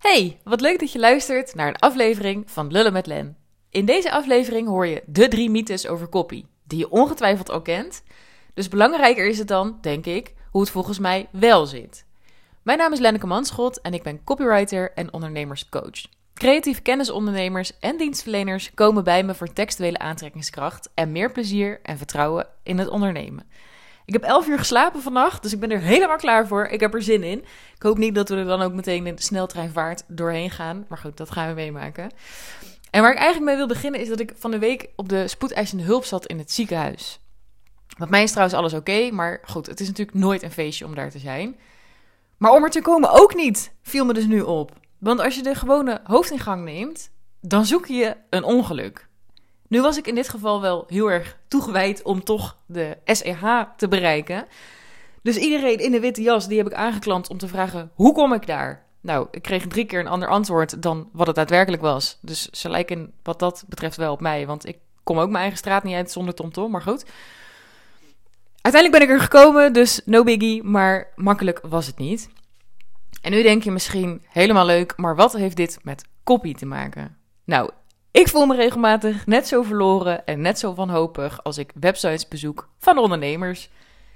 Hey, wat leuk dat je luistert naar een aflevering van Lullen met Len. In deze aflevering hoor je de 3 mythes over copy, die je ongetwijfeld al kent. Dus belangrijker is het dan, denk ik, hoe het volgens mij wel zit. Mijn naam is Lenneke Manschot en ik ben copywriter en ondernemerscoach. Creatieve kennisondernemers en dienstverleners komen bij me voor textuele aantrekkingskracht en meer plezier en vertrouwen in het ondernemen. Ik heb 11 uur geslapen vannacht, dus ik ben er helemaal klaar voor. Ik heb er zin in. Ik hoop niet dat we er dan ook meteen in de sneltreinvaart doorheen gaan. Maar goed, dat gaan we meemaken. En waar ik eigenlijk mee wil beginnen is dat ik van de week op de spoedeisende hulp zat in het ziekenhuis. Met mij is trouwens alles oké, maar goed, het is natuurlijk nooit een feestje om daar te zijn. Maar om er te komen ook niet, viel me dus nu op. Want als je de gewone hoofdingang neemt, dan zoek je een ongeluk. Nu was ik in dit geval wel heel erg toegewijd om toch de SEH te bereiken. Dus iedereen in de witte jas, die heb ik aangeklampt om te vragen, hoe kom ik daar? Nou, ik kreeg 3 keer een ander antwoord dan wat het daadwerkelijk was. Dus ze lijken wat dat betreft wel op mij, want ik kom ook mijn eigen straat niet uit zonder TomTom, maar goed. Uiteindelijk ben ik er gekomen, dus no biggie, maar makkelijk was het niet. En nu denk je misschien, helemaal leuk, maar wat heeft dit met copy te maken? Nou, ik voel me regelmatig net zo verloren en net zo wanhopig als ik websites bezoek van ondernemers.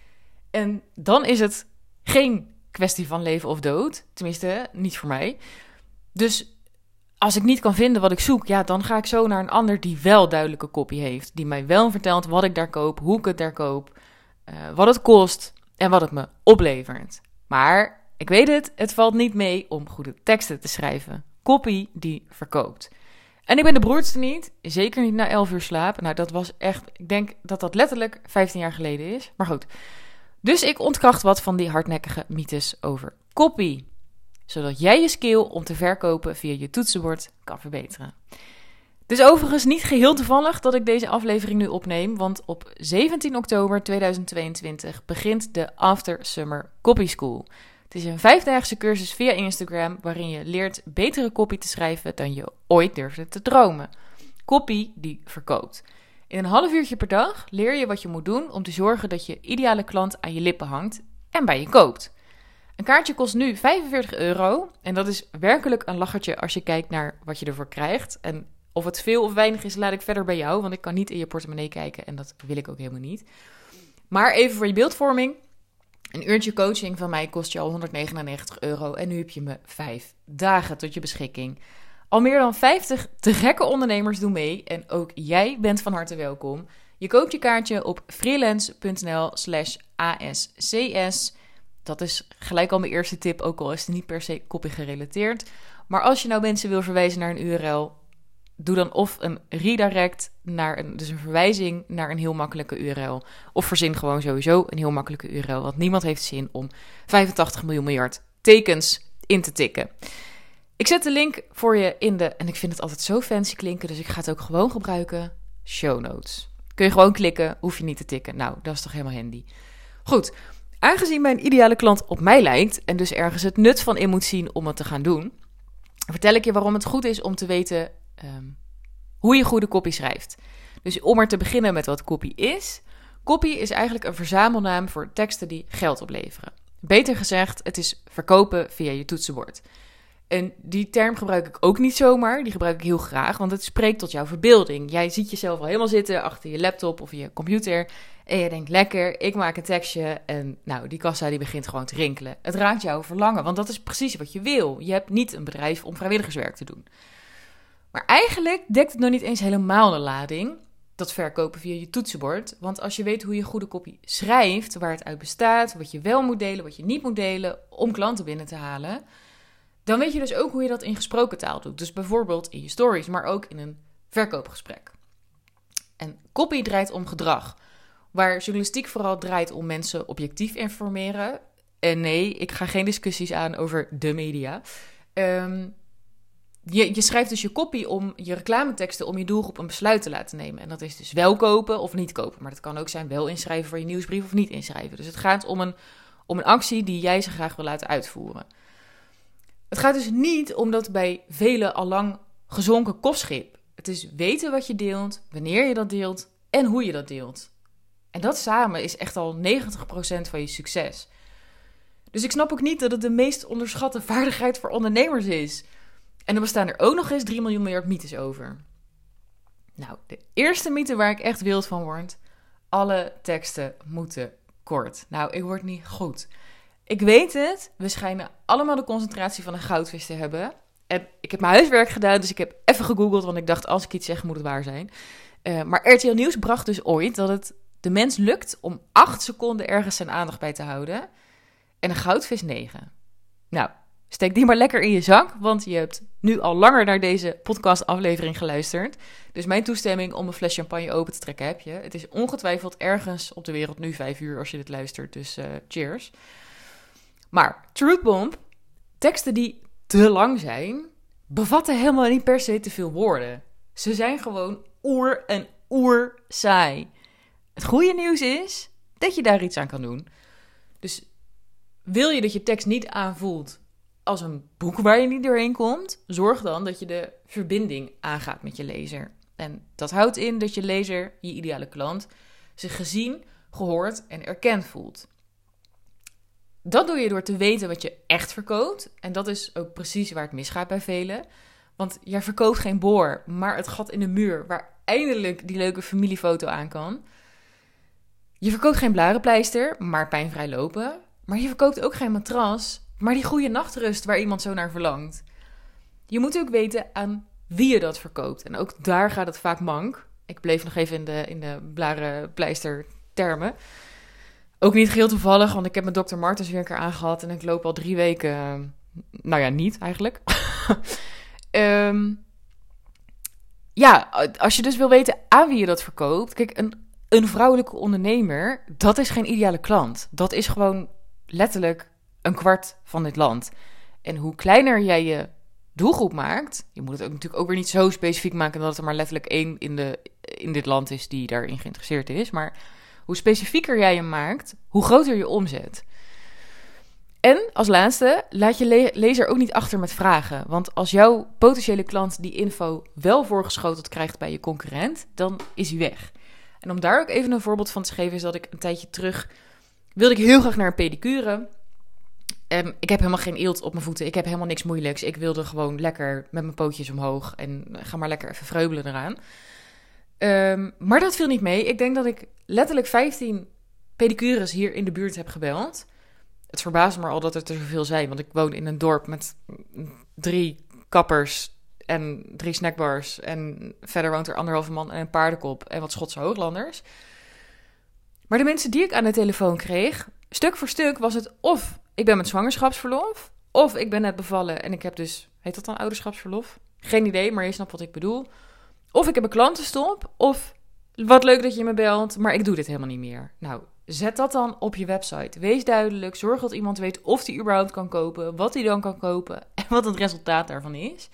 En dan is het geen kwestie van leven of dood, tenminste niet voor mij. Dus als ik niet kan vinden wat ik zoek, ja, dan ga ik zo naar een ander die wel duidelijke copy heeft. Die mij wel vertelt wat ik daar koop, hoe ik het daar koop, wat het kost en wat het me oplevert. Maar ik weet het valt niet mee om goede teksten te schrijven. Copy die verkoopt. En ik ben de broertste niet, zeker niet na 11 uur slaap. Nou, dat was echt, ik denk dat dat letterlijk 15 jaar geleden is. Maar goed. Dus ik ontkracht wat van die hardnekkige mythes over copy. Zodat jij je skill om te verkopen via je toetsenbord kan verbeteren. Het is overigens niet geheel toevallig dat ik deze aflevering nu opneem. Want op 17 oktober 2022 begint de After Summer Copy School. Het is een 5-daagse cursus via Instagram waarin je leert betere copy te schrijven dan je ooit durfde te dromen. Copy die verkoopt. In een half uurtje per dag leer je wat je moet doen om te zorgen dat je ideale klant aan je lippen hangt en bij je koopt. Een kaartje kost nu €45 en dat is werkelijk een lachertje als je kijkt naar wat je ervoor krijgt. En of het veel of weinig is, laat ik verder bij jou, want ik kan niet in je portemonnee kijken en dat wil ik ook helemaal niet. Maar even voor je beeldvorming. Een uurtje coaching van mij kost je al €199 en nu heb je me 5 dagen tot je beschikking. Al meer dan 50 te gekke ondernemers doen mee en ook jij bent van harte welkom. Je koopt je kaartje op freelance.nl/ASCS. Dat is gelijk al mijn eerste tip, ook al is het niet per se copy gerelateerd. Maar als je nou mensen wil verwijzen naar een URL, doe dan of een redirect dus een verwijzing naar een heel makkelijke URL. Of verzin gewoon sowieso een heel makkelijke URL. Want niemand heeft zin om 85 miljoen miljard tekens in te tikken. Ik zet de link voor je in en ik vind het altijd zo fancy klinken, dus ik ga het ook gewoon gebruiken, show notes. Kun je gewoon klikken, hoef je niet te tikken. Nou, dat is toch helemaal handy. Goed, aangezien mijn ideale klant op mij lijkt en dus ergens het nut van in moet zien om het te gaan doen, vertel ik je waarom het goed is om te weten hoe je goede copy schrijft. Dus om er te beginnen met wat copy is. Copy is eigenlijk een verzamelnaam voor teksten die geld opleveren. Beter gezegd, het is verkopen via je toetsenbord. En die term gebruik ik ook niet zomaar, die gebruik ik heel graag, want het spreekt tot jouw verbeelding. Jij ziet jezelf al helemaal zitten achter je laptop of je computer en je denkt, lekker, ik maak een tekstje en nou, die kassa die begint gewoon te rinkelen. Het raakt jouw verlangen, want dat is precies wat je wil. Je hebt niet een bedrijf om vrijwilligerswerk te doen. Maar eigenlijk dekt het nog niet eens helemaal de lading, dat verkopen via je toetsenbord. Want als je weet hoe je goede copy schrijft, waar het uit bestaat, wat je wel moet delen, wat je niet moet delen, om klanten binnen te halen, dan weet je dus ook hoe je dat in gesproken taal doet. Dus bijvoorbeeld in je stories, maar ook in een verkoopgesprek. En copy draait om gedrag, waar journalistiek vooral draait om mensen objectief informeren. En nee, ik ga geen discussies aan over de media. Je schrijft dus je copy om je reclameteksten om je doelgroep een besluit te laten nemen. En dat is dus wel kopen of niet kopen. Maar dat kan ook zijn wel inschrijven voor je nieuwsbrief of niet inschrijven. Dus het gaat om een actie die jij ze graag wil laten uitvoeren. Het gaat dus niet om dat bij velen al lang gezonken kostschip. Het is weten wat je deelt, wanneer je dat deelt en hoe je dat deelt. En dat samen is echt al 90% van je succes. Dus ik snap ook niet dat het de meest onderschatte vaardigheid voor ondernemers is. En dan bestaan er ook nog eens 3 miljoen miljard mythes over. Nou, de eerste mythe waar ik echt wild van word: alle teksten moeten kort. Nou, ik word niet goed. Ik weet het, we schijnen allemaal de concentratie van een goudvis te hebben. En ik heb mijn huiswerk gedaan, dus ik heb even gegoogeld, want ik dacht, als ik iets zeg, moet het waar zijn. Maar RTL Nieuws bracht dus ooit dat het de mens lukt om 8 seconden ergens zijn aandacht bij te houden. En een goudvis 9. Nou, steek die maar lekker in je zak, want je hebt nu al langer naar deze podcastaflevering geluisterd. Dus mijn toestemming om een fles champagne open te trekken heb je. Het is ongetwijfeld ergens op de wereld nu 5 uur als je dit luistert, dus cheers. Maar Truth Bomb, teksten die te lang zijn, bevatten helemaal niet per se te veel woorden. Ze zijn gewoon oer saai. Het goede nieuws is dat je daar iets aan kan doen. Dus wil je dat je tekst niet aanvoelt als een boek waar je niet doorheen komt, zorg dan dat je de verbinding aangaat met je lezer. En dat houdt in dat je lezer, je ideale klant, zich gezien, gehoord en erkend voelt. Dat doe je door te weten wat je echt verkoopt. En dat is ook precies waar het misgaat bij velen. Want jij verkoopt geen boor, maar het gat in de muur waar eindelijk die leuke familiefoto aan kan. Je verkoopt geen blarenpleister, maar pijnvrij lopen. Maar je verkoopt ook geen matras, maar die goede nachtrust waar iemand zo naar verlangt. Je moet ook weten aan wie je dat verkoopt. En ook daar gaat het vaak mank. Ik bleef nog even in de blarenpleister termen. Ook niet geheel toevallig, want ik heb mijn Dr. Martens weer een keer aangehad en ik loop al 3 weken, nou ja, niet eigenlijk. Ja, als je dus wil weten aan wie je dat verkoopt. Kijk, een vrouwelijke ondernemer, dat is geen ideale klant. Dat is gewoon letterlijk 1/4 van dit land. En hoe kleiner jij je doelgroep maakt, je moet het ook natuurlijk ook weer niet zo specifiek maken dat er maar letterlijk 1 in dit land is die daarin geïnteresseerd is. Maar hoe specifieker jij hem maakt, hoe groter je omzet. En als laatste, laat je lezer ook niet achter met vragen. Want als jouw potentiële klant die info wel voorgeschoteld krijgt bij je concurrent, dan is hij weg. En om daar ook even een voorbeeld van te geven, is dat ik een tijdje terug wilde ik heel graag naar een pedicure. Ik heb helemaal geen eelt op mijn voeten. Ik heb helemaal niks moeilijks. Ik wilde gewoon lekker met mijn pootjes omhoog en ga maar lekker even vreubelen eraan. Maar dat viel niet mee. Ik denk dat ik letterlijk 15 pedicures hier in de buurt heb gebeld. Het verbaast me al dat er zoveel zijn, want ik woon in een dorp met 3 kappers en 3 snackbars. En verder woont er 1,5 man en een paardenkop en wat Schotse hooglanders. Maar de mensen die ik aan de telefoon kreeg, stuk voor stuk was het of ik ben met zwangerschapsverlof, of ik ben net bevallen en ik heb dus, heet dat dan ouderschapsverlof? Geen idee, maar je snapt wat ik bedoel. Of ik heb een klantenstop, of wat leuk dat je me belt, maar ik doe dit helemaal niet meer. Nou, zet dat dan op je website. Wees duidelijk, zorg dat iemand weet of die überhaupt kan kopen, wat hij dan kan kopen en wat het resultaat daarvan is.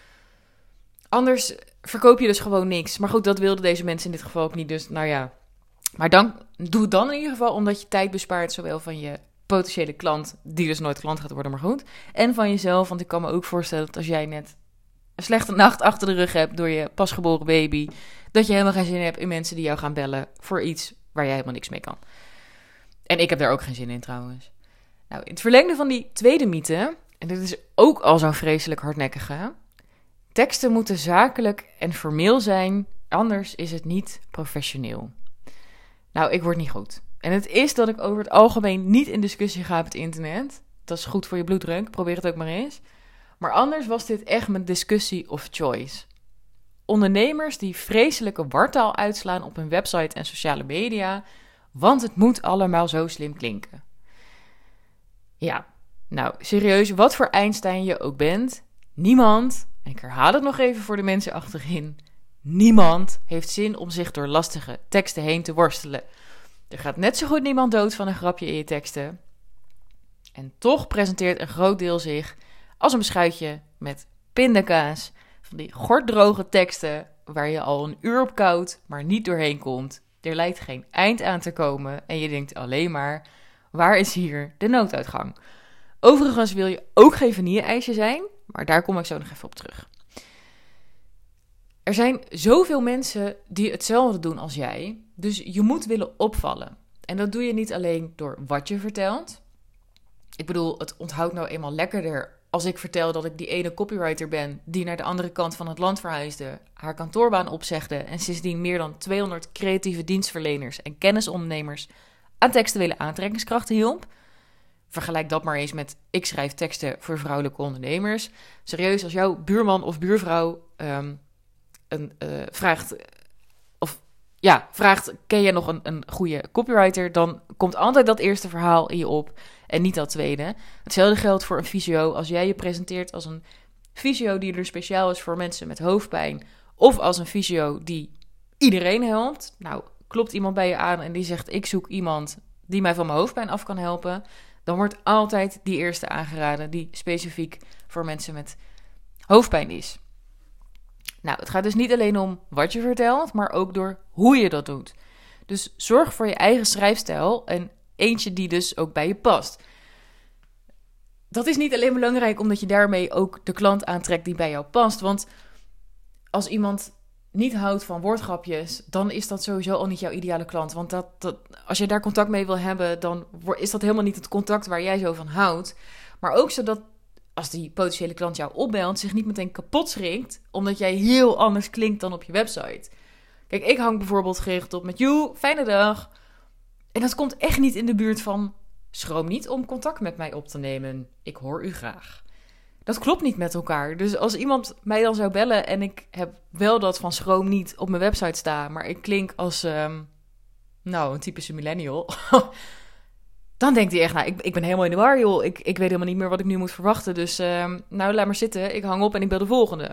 Anders verkoop je dus gewoon niks. Maar goed, dat wilden deze mensen in dit geval ook niet, dus nou ja. Maar doe het dan in ieder geval omdat je tijd bespaart, zowel van je potentiële klant, die dus nooit klant gaat worden, maar goed. En van jezelf, want ik kan me ook voorstellen dat als jij net een slechte nacht achter de rug hebt door je pasgeboren baby, dat je helemaal geen zin hebt in mensen die jou gaan bellen voor iets waar jij helemaal niks mee kan. En ik heb daar ook geen zin in trouwens. Nou, in het verlengde van die tweede mythe, en dit is ook al zo'n vreselijk hardnekkige, teksten moeten zakelijk en formeel zijn, anders is het niet professioneel. Nou, ik word niet goed. En het is dat ik over het algemeen niet in discussie ga op het internet. Dat is goed voor je bloeddruk, probeer het ook maar eens. Maar anders was dit echt mijn discussie of choice. Ondernemers die vreselijke wartaal uitslaan op hun website en sociale media, want het moet allemaal zo slim klinken. Ja, nou serieus, wat voor Einstein je ook bent, niemand, en ik herhaal het nog even voor de mensen achterin, niemand heeft zin om zich door lastige teksten heen te worstelen. Er gaat net zo goed niemand dood van een grapje in je teksten. En toch presenteert een groot deel zich als een beschuitje met pindakaas, van die gorddroge teksten waar je al een uur op koudt, maar niet doorheen komt. Er lijkt geen eind aan te komen en je denkt alleen maar, waar is hier de nooduitgang? Overigens wil je ook geen vanille-ijsje zijn, maar daar kom ik zo nog even op terug. Er zijn zoveel mensen die hetzelfde doen als jij, dus je moet willen opvallen. En dat doe je niet alleen door wat je vertelt. Ik bedoel, het onthoudt nou eenmaal lekkerder als ik vertel dat ik die ene copywriter ben die naar de andere kant van het land verhuisde, haar kantoorbaan opzegde en sindsdien meer dan 200 creatieve dienstverleners en kennisondernemers aan textuele aantrekkingskrachten hielp. Vergelijk dat maar eens met ik schrijf teksten voor vrouwelijke ondernemers. Serieus, als jouw buurman of buurvrouw vraagt, ken je nog een goede copywriter? Dan komt altijd dat eerste verhaal in je op en niet dat tweede. Hetzelfde geldt voor een fysio. Als jij je presenteert als een fysio die er speciaal is voor mensen met hoofdpijn, of als een fysio die iedereen helpt. Nou, klopt iemand bij je aan en die zegt ik zoek iemand die mij van mijn hoofdpijn af kan helpen, dan wordt altijd die eerste aangeraden die specifiek voor mensen met hoofdpijn is. Nou, het gaat dus niet alleen om wat je vertelt, maar ook door hoe je dat doet. Dus zorg voor je eigen schrijfstijl en eentje die dus ook bij je past. Dat is niet alleen belangrijk omdat je daarmee ook de klant aantrekt die bij jou past. Want als iemand niet houdt van woordgrapjes, dan is dat sowieso al niet jouw ideale klant. Want als je daar contact mee wil hebben, dan is dat helemaal niet het contact waar jij zo van houdt. Maar ook zodat als die potentiële klant jou opbelt, zich niet meteen kapot schrikt, omdat jij heel anders klinkt dan op je website. Kijk, ik hang bijvoorbeeld gericht op met joe, fijne dag. En dat komt echt niet in de buurt van schroom niet om contact met mij op te nemen. Ik hoor u graag. Dat klopt niet met elkaar. Dus als iemand mij dan zou bellen en ik heb wel dat van schroom niet op mijn website staan, maar ik klink als een typische millennial, dan denkt hij echt, ik ben helemaal in de war, joh. Ik weet helemaal niet meer wat ik nu moet verwachten. Dus laat maar zitten. Ik hang op en ik bel de volgende.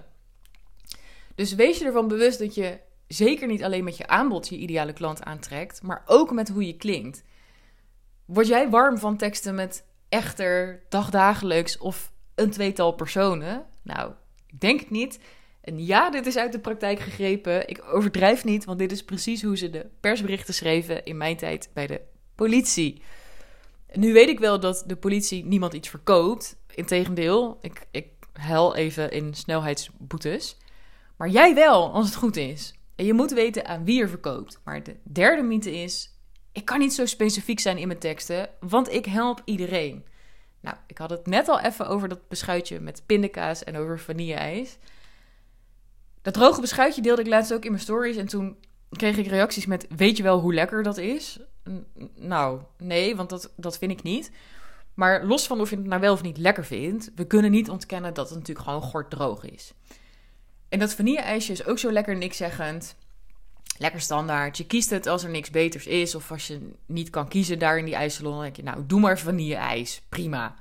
Dus wees je ervan bewust dat je zeker niet alleen met je aanbod je ideale klant aantrekt, maar ook met hoe je klinkt. Word jij warm van teksten met echter, dagdagelijks of een tweetal personen? Nou, ik denk het niet. En ja, dit is uit de praktijk gegrepen. Ik overdrijf niet, want dit is precies hoe ze de persberichten schreven in mijn tijd bij de politie. Nu weet ik wel dat de politie niemand iets verkoopt. Integendeel, ik hel even in snelheidsboetes. Maar jij wel, als het goed is. En je moet weten aan wie je verkoopt. Maar de derde mythe is, ik kan niet zo specifiek zijn in mijn teksten, want ik help iedereen. Nou, ik had het net al even over dat beschuitje met pindakaas en over vanille-ijs. Dat droge beschuitje deelde ik laatst ook in mijn stories en toen kreeg ik reacties met, weet je wel hoe lekker dat is? Nou, nee, want dat vind ik niet. Maar los van of je het nou wel of niet lekker vindt, we kunnen niet ontkennen dat het natuurlijk gewoon gorddroog is. En dat vanille-ijsje is ook zo lekker nikszeggend. Lekker standaard. Je kiest het als er niks beters is. Of als je niet kan kiezen daar in die ijssalon. Dan denk je, nou, doe maar vanille-ijs. Prima.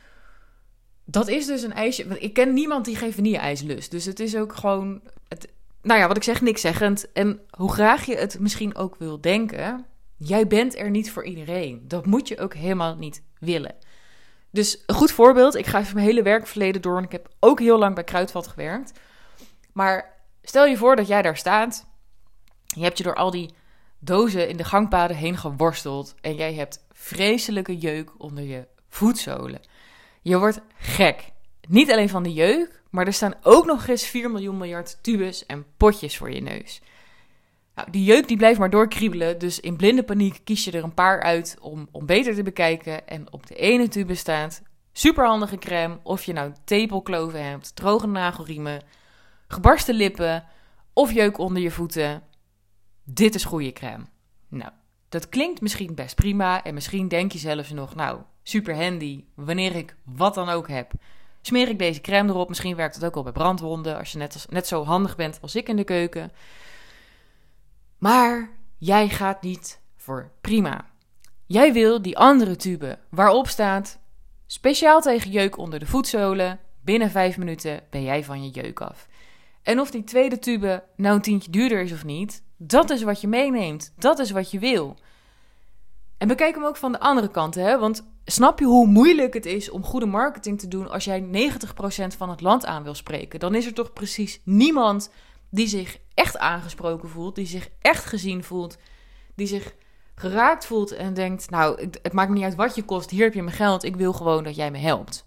Dat is dus een ijsje. Want ik ken niemand die geen vanille-ijs lust. Dus het is ook gewoon, wat ik zeg, nikszeggend. En hoe graag je het misschien ook wil denken, jij bent er niet voor iedereen. Dat moet je ook helemaal niet willen. Dus een goed voorbeeld. Ik ga even mijn hele werkverleden door. En ik heb ook heel lang bij Kruidvat gewerkt. Maar stel je voor dat jij daar staat. Je hebt je door al die dozen in de gangpaden heen geworsteld. En jij hebt vreselijke jeuk onder je voetzolen. Je wordt gek. Niet alleen van de jeuk, maar er staan ook nog eens 4 miljoen miljard tubes en potjes voor je neus. Nou, die jeuk die blijft maar doorkriebelen. Dus in blinde paniek kies je er een paar uit om beter te bekijken. En op de ene tube staat superhandige crème. Of je nou tepelkloven hebt, droge nagelriemen, gebarsten lippen of jeuk onder je voeten. Dit is goede crème. Nou, dat klinkt misschien best prima. En misschien denk je zelfs nog, nou, super handy. Wanneer ik wat dan ook heb, smeer ik deze crème erop. Misschien werkt het ook al bij brandwonden. Als je net zo handig bent als ik in de keuken. Maar jij gaat niet voor prima. Jij wil die andere tube waarop staat, speciaal tegen jeuk onder de voetzolen. Binnen 5 minuten ben jij van je jeuk af. En of die tweede tube nou een tientje duurder is of niet, dat is wat je meeneemt. Dat is wat je wil. En bekijk hem ook van de andere kant, hè? Want snap je hoe moeilijk het is om goede marketing te doen als jij 90% van het land aan wil spreken? Dan is er toch precies niemand die zich echt aangesproken voelt, die zich echt gezien voelt, die zich geraakt voelt en denkt, nou, het maakt me niet uit wat je kost, hier heb je mijn geld, ik wil gewoon dat jij me helpt.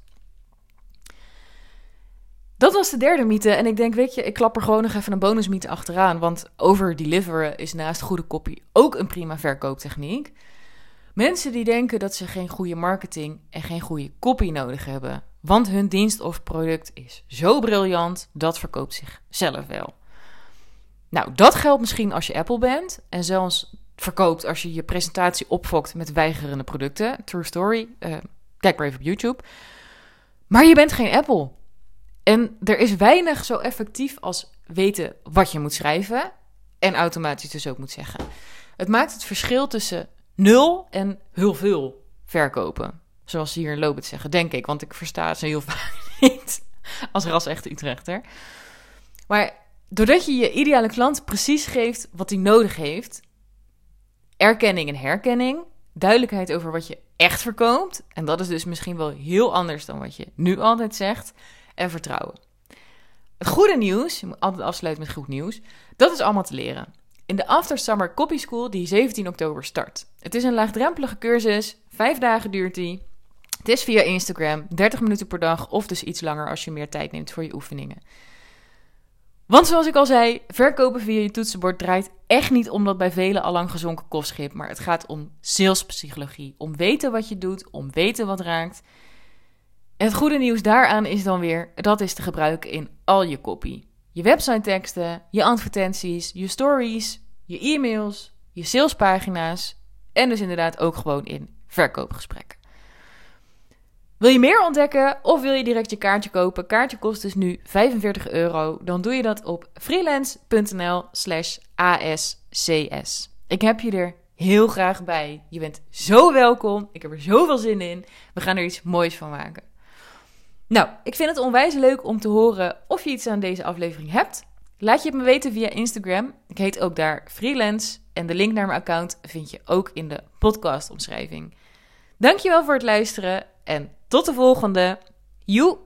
Dat was de derde mythe en ik denk, weet je, ik klap er gewoon nog even een bonusmythe achteraan, want overdeliveren is naast goede copy ook een prima verkooptechniek. Mensen die denken dat ze geen goede marketing en geen goede copy nodig hebben, Want hun dienst of product is zo briljant, dat verkoopt zichzelf wel. Nou, dat geldt misschien als je Apple bent en zelfs verkoopt als je je presentatie opfokt met weigerende producten. True story. Kijk maar even op YouTube. Maar je bent geen Apple. En er is weinig zo effectief als weten wat je moet schrijven en automatisch dus ook moet zeggen. Het maakt het verschil tussen 0 en heel veel verkopen. Zoals ze hier in Lobet zeggen, denk ik. Want ik versta ze heel vaak niet als ras-echte Utrechter. Maar doordat je je ideale klant precies geeft wat hij nodig heeft, erkenning en herkenning, duidelijkheid over wat je echt verkoopt, en dat is dus misschien wel heel anders dan wat je nu altijd zegt, en vertrouwen. Het goede nieuws, je moet altijd afsluiten met goed nieuws, dat is allemaal te leren. In de After Summer Copy School die 17 oktober start. Het is een laagdrempelige cursus, 5 dagen duurt die. Het is via Instagram, 30 minuten per dag of dus iets langer als je meer tijd neemt voor je oefeningen. Want zoals ik al zei, verkopen via je toetsenbord draait echt niet om dat bij velen al lang gezonken kostschip, maar het gaat om salespsychologie, om weten wat je doet, om weten wat raakt. En het goede nieuws daaraan is dan weer, dat is te gebruiken in al je copy. Je website-teksten, je advertenties, je stories, je e-mails, je salespagina's en dus inderdaad ook gewoon in verkoopgesprekken. Wil je meer ontdekken of wil je direct je kaartje kopen? Kaartje kost dus nu €45. Dan doe je dat op freelance.nl/ASCS. Ik heb je er heel graag bij. Je bent zo welkom. Ik heb er zoveel zin in. We gaan er iets moois van maken. Nou, ik vind het onwijs leuk om te horen of je iets aan deze aflevering hebt. Laat je het me weten via Instagram. Ik heet ook daar Freelance. En de link naar mijn account vind je ook in de podcastomschrijving. Dankjewel voor het luisteren en tot de volgende. Joe!